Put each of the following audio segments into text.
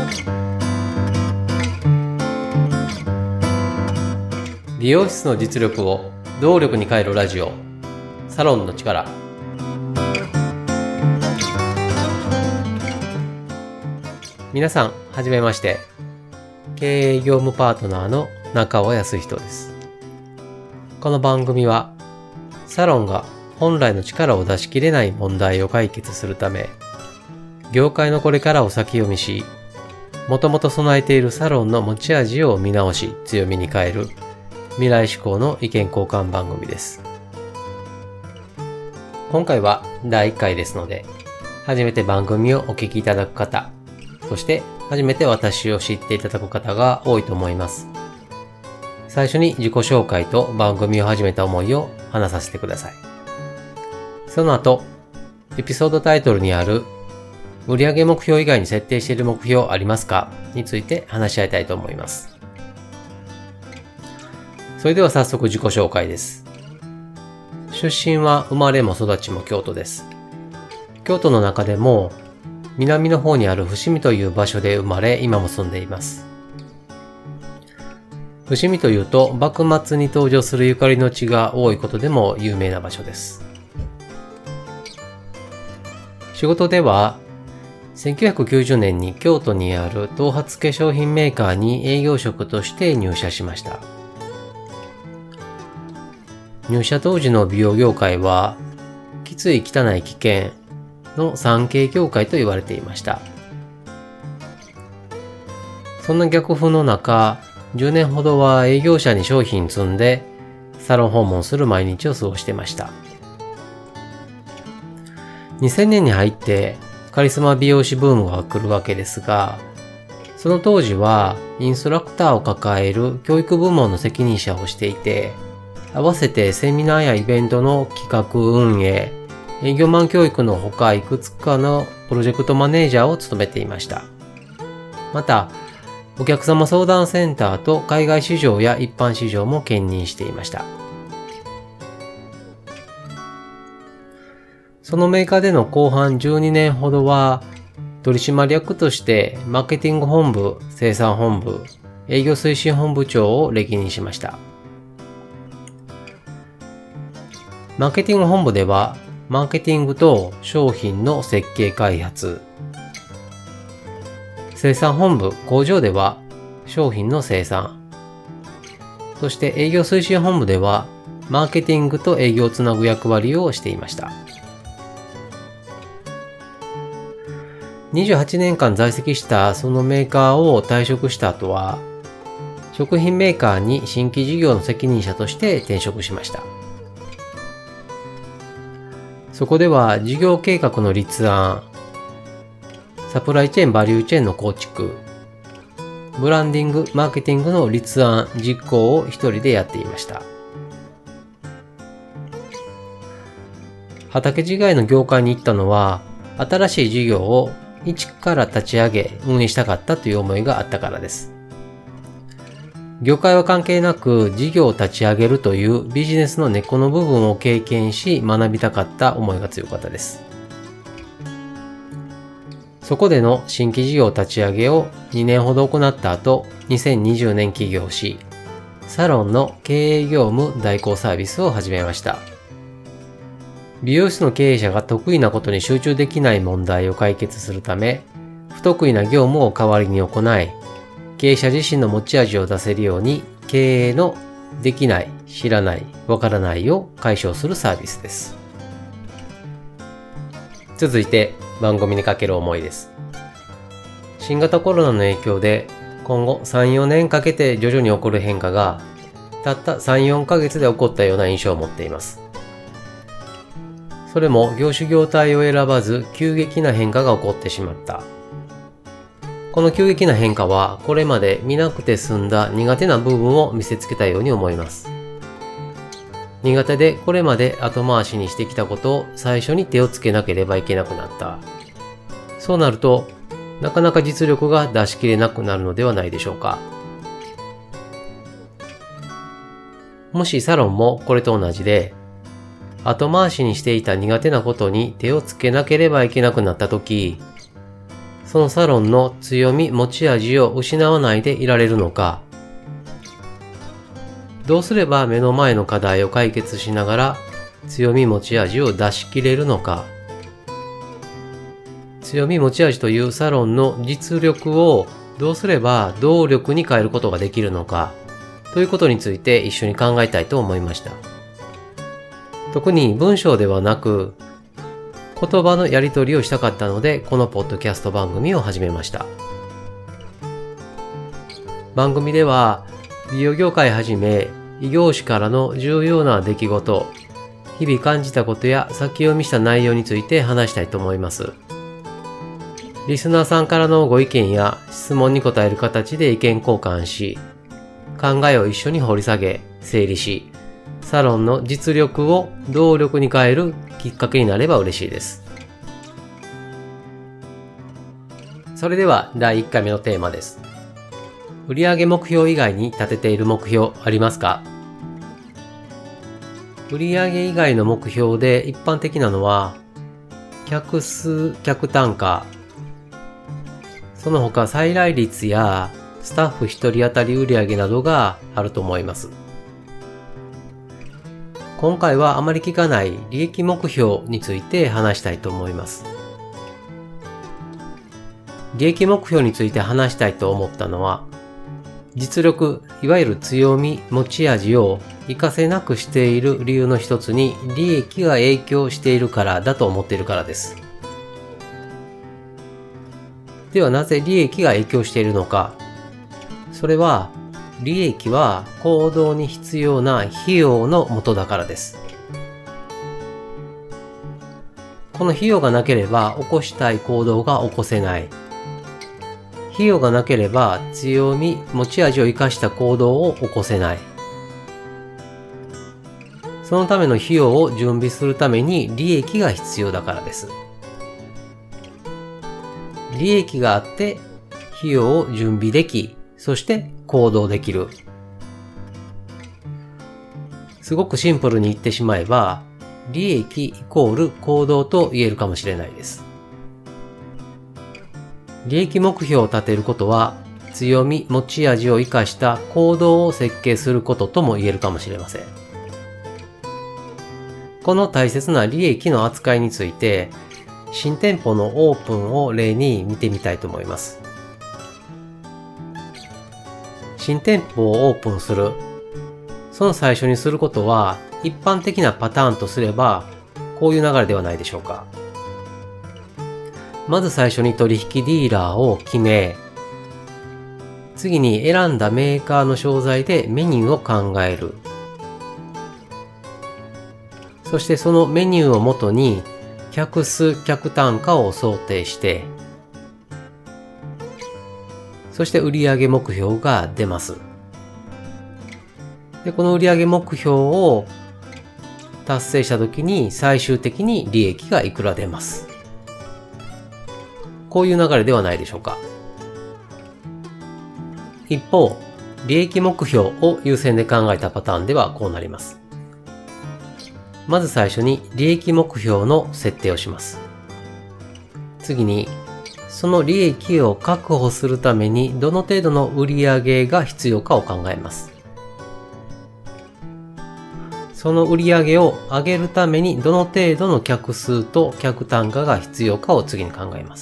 美容室の実力を動力に変えるラジオ、サロンの力。皆さん、はじめまして。経営業務パートナーの中尾康人です。この番組は、サロンが本来の力を出し切れない問題を解決するため、業界のこれからを先読みし、もともと備えているサロンの持ち味を見直し、強みに変える未来志向の意見交換番組です。今回は第1回ですので、初めて番組をお聞きいただく方、そして初めて私を知っていただく方が多いと思います。最初に自己紹介と番組を始めた思いを話させてください。その後、エピソードタイトルにある売上目標以外に設定している目標ありますかについて話し合いたいと思います。それでは早速自己紹介です。出身は生まれも育ちも京都です。京都の中でも南の方にある伏見という場所で生まれ、今も住んでいます。伏見というと幕末に登場するゆかりの地が多いことでも有名な場所です。仕事では1990年に京都にある頭髪化粧品メーカーに営業職として入社しました。入社当時の美容業界は、きつい汚い危険の 3K 業界と言われていました。そんな逆風の中、10年ほどは営業者に商品積んで、サロン訪問する毎日を過ごしていました。2000年に入ってカリスマ美容師ブームが来るわけですが、その当時はインストラクターを抱える教育部門の責任者をしていて、合わせてセミナーやイベントの企画運営、営業マン教育のほかいくつかのプロジェクトマネージャーを務めていました。また、お客様相談センターと海外市場や一般市場も兼任していました。そのメーカーでの後半12年ほどは、取締役としてマーケティング本部、生産本部、営業推進本部長を歴任しました。マーケティング本部では、マーケティングと商品の設計開発。生産本部、工場では商品の生産。そして営業推進本部では、マーケティングと営業をつなぐ役割をしていました。28年間在籍したそのメーカーを退職した後は、食品メーカーに新規事業の責任者として転職しました。そこでは事業計画の立案、サプライチェーンバリューチェーンの構築、ブランディング、マーケティングの立案、実行を一人でやっていました。畑違いの業界に行ったのは、新しい事業を一から立ち上げ、運営したかったという思いがあったからです。業界は関係なく事業を立ち上げるというビジネスの根っこの部分を経験し学びたかった思いが強かったです。そこでの新規事業立ち上げを2年ほど行った後、2020年起業し、サロンの経営業務代行サービスを始めました。美容室の経営者が得意なことに集中できない問題を解決するため、不得意な業務を代わりに行い、経営者自身の持ち味を出せるように経営のできない、知らない、わからないを解消するサービスです。続いて番組にかける思いです。新型コロナの影響で今後 3,4 年かけて徐々に起こる変化がたった 3,4 ヶ月で起こったような印象を持っています。それも業種業態を選ばず急激な変化が起こってしまった。この急激な変化はこれまで見なくて済んだ苦手な部分を見せつけたように思います。苦手でこれまで後回しにしてきたことを最初に手をつけなければいけなくなった。そうなるとなかなか実力が出し切れなくなるのではないでしょうか。もしサロンもこれと同じで後回しにしていた苦手なことに手をつけなければいけなくなったとき、 そのサロンの強み持ち味を失わないでいられるのか、どうすれば目の前の課題を解決しながら強み持ち味を出し切れるのか、強み持ち味というサロンの実力をどうすれば動力に変えることができるのかということについて一緒に考えたいと思いました。特に文章ではなく言葉のやり取りをしたかったので、このポッドキャスト番組を始めました。番組では美容業界はじめ異業種からの重要な出来事、日々感じたことや先読みした内容について話したいと思います。リスナーさんからのご意見や質問に答える形で意見交換し、考えを一緒に掘り下げ、整理し、サロンの実力を動力に変えるきっかけになれば嬉しいです。それでは第1回目のテーマです。売上目標以外に立てている目標ありますか？売上以外の目標で一般的なのは、客数、客単価、その他再来率やスタッフ1人当たり売上などがあると思います。今回はあまり聞かない利益目標について話したいと思います。利益目標について話したいと思ったのは、実力、いわゆる強み、持ち味を活かせなくしている理由の一つに利益が影響しているからだと思っているからです。ではなぜ利益が影響しているのか。それは、利益は行動に必要な費用の元だからです。この費用がなければ起こしたい行動が起こせない。費用がなければ強み、持ち味を生かした行動を起こせない。そのための費用を準備するために利益が必要だからです。利益があって費用を準備でき、そして行動できる。すごくシンプルに言ってしまえば、利益イコール行動と言えるかもしれないです。利益目標を立てることは、強み、持ち味を生かした行動を設計することとも言えるかもしれません。この大切な利益の扱いについて、新店舗のオープンを例に見てみたいと思います。新店舗をオープンする。その最初にすることは、一般的なパターンとすれば、こういう流れではないでしょうか。まず最初に取引ディーラーを決め、次に選んだメーカーの商材でメニューを考える。そしてそのメニューをもとに客数、客単価を想定して、そして売上目標が出ます。で、この売上目標を達成したときに最終的に利益がいくら出ます。こういう流れではないでしょうか。一方、利益目標を優先で考えたパターンではこうなります。まず最初に利益目標の設定をします。次に、その利益を確保するためにどの程度の売上が必要かを考えます。その売上を上げるためにどの程度の客数と客単価が必要かを次に考えます。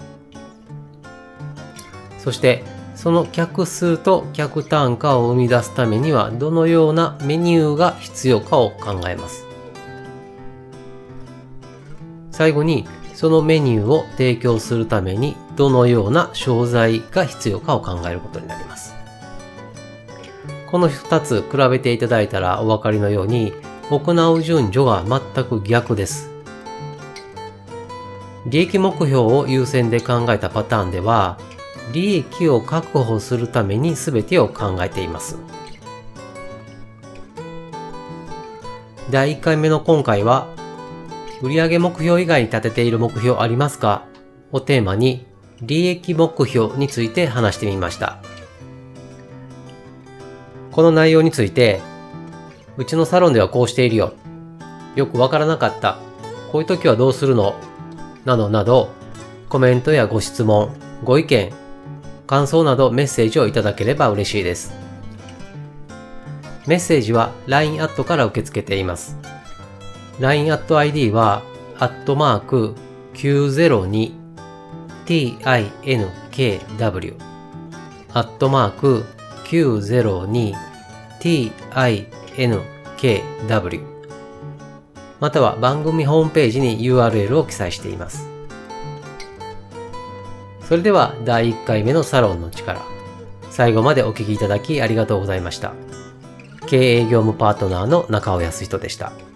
そして、その客数と客単価を生み出すためにはどのようなメニューが必要かを考えます。最後に、そのメニューを提供するためにどのような商材が必要かを考えることになります。この2つ比べていただいたらお分かりのように、行う順序が全く逆です。利益目標を優先で考えたパターンでは、利益を確保するために全てを考えています。第1回目の今回は、売上目標以外に立てている目標ありますかをテーマに、利益目標について話してみました。この内容について、うちのサロンではこうしているよ。よくわからなかった。こういう時はどうするのなどなど、 コメントやご質問、ご意見、感想などメッセージをいただければ嬉しいです。メッセージは LINE アットから受け付けています。LINE アット ID は、@902tinkw、@902tinkw、または番組ホームページに URL を記載しています。それでは第1回目のサロンの力、最後までお聞きいただきありがとうございました。経営業務パートナーの中尾康人でした。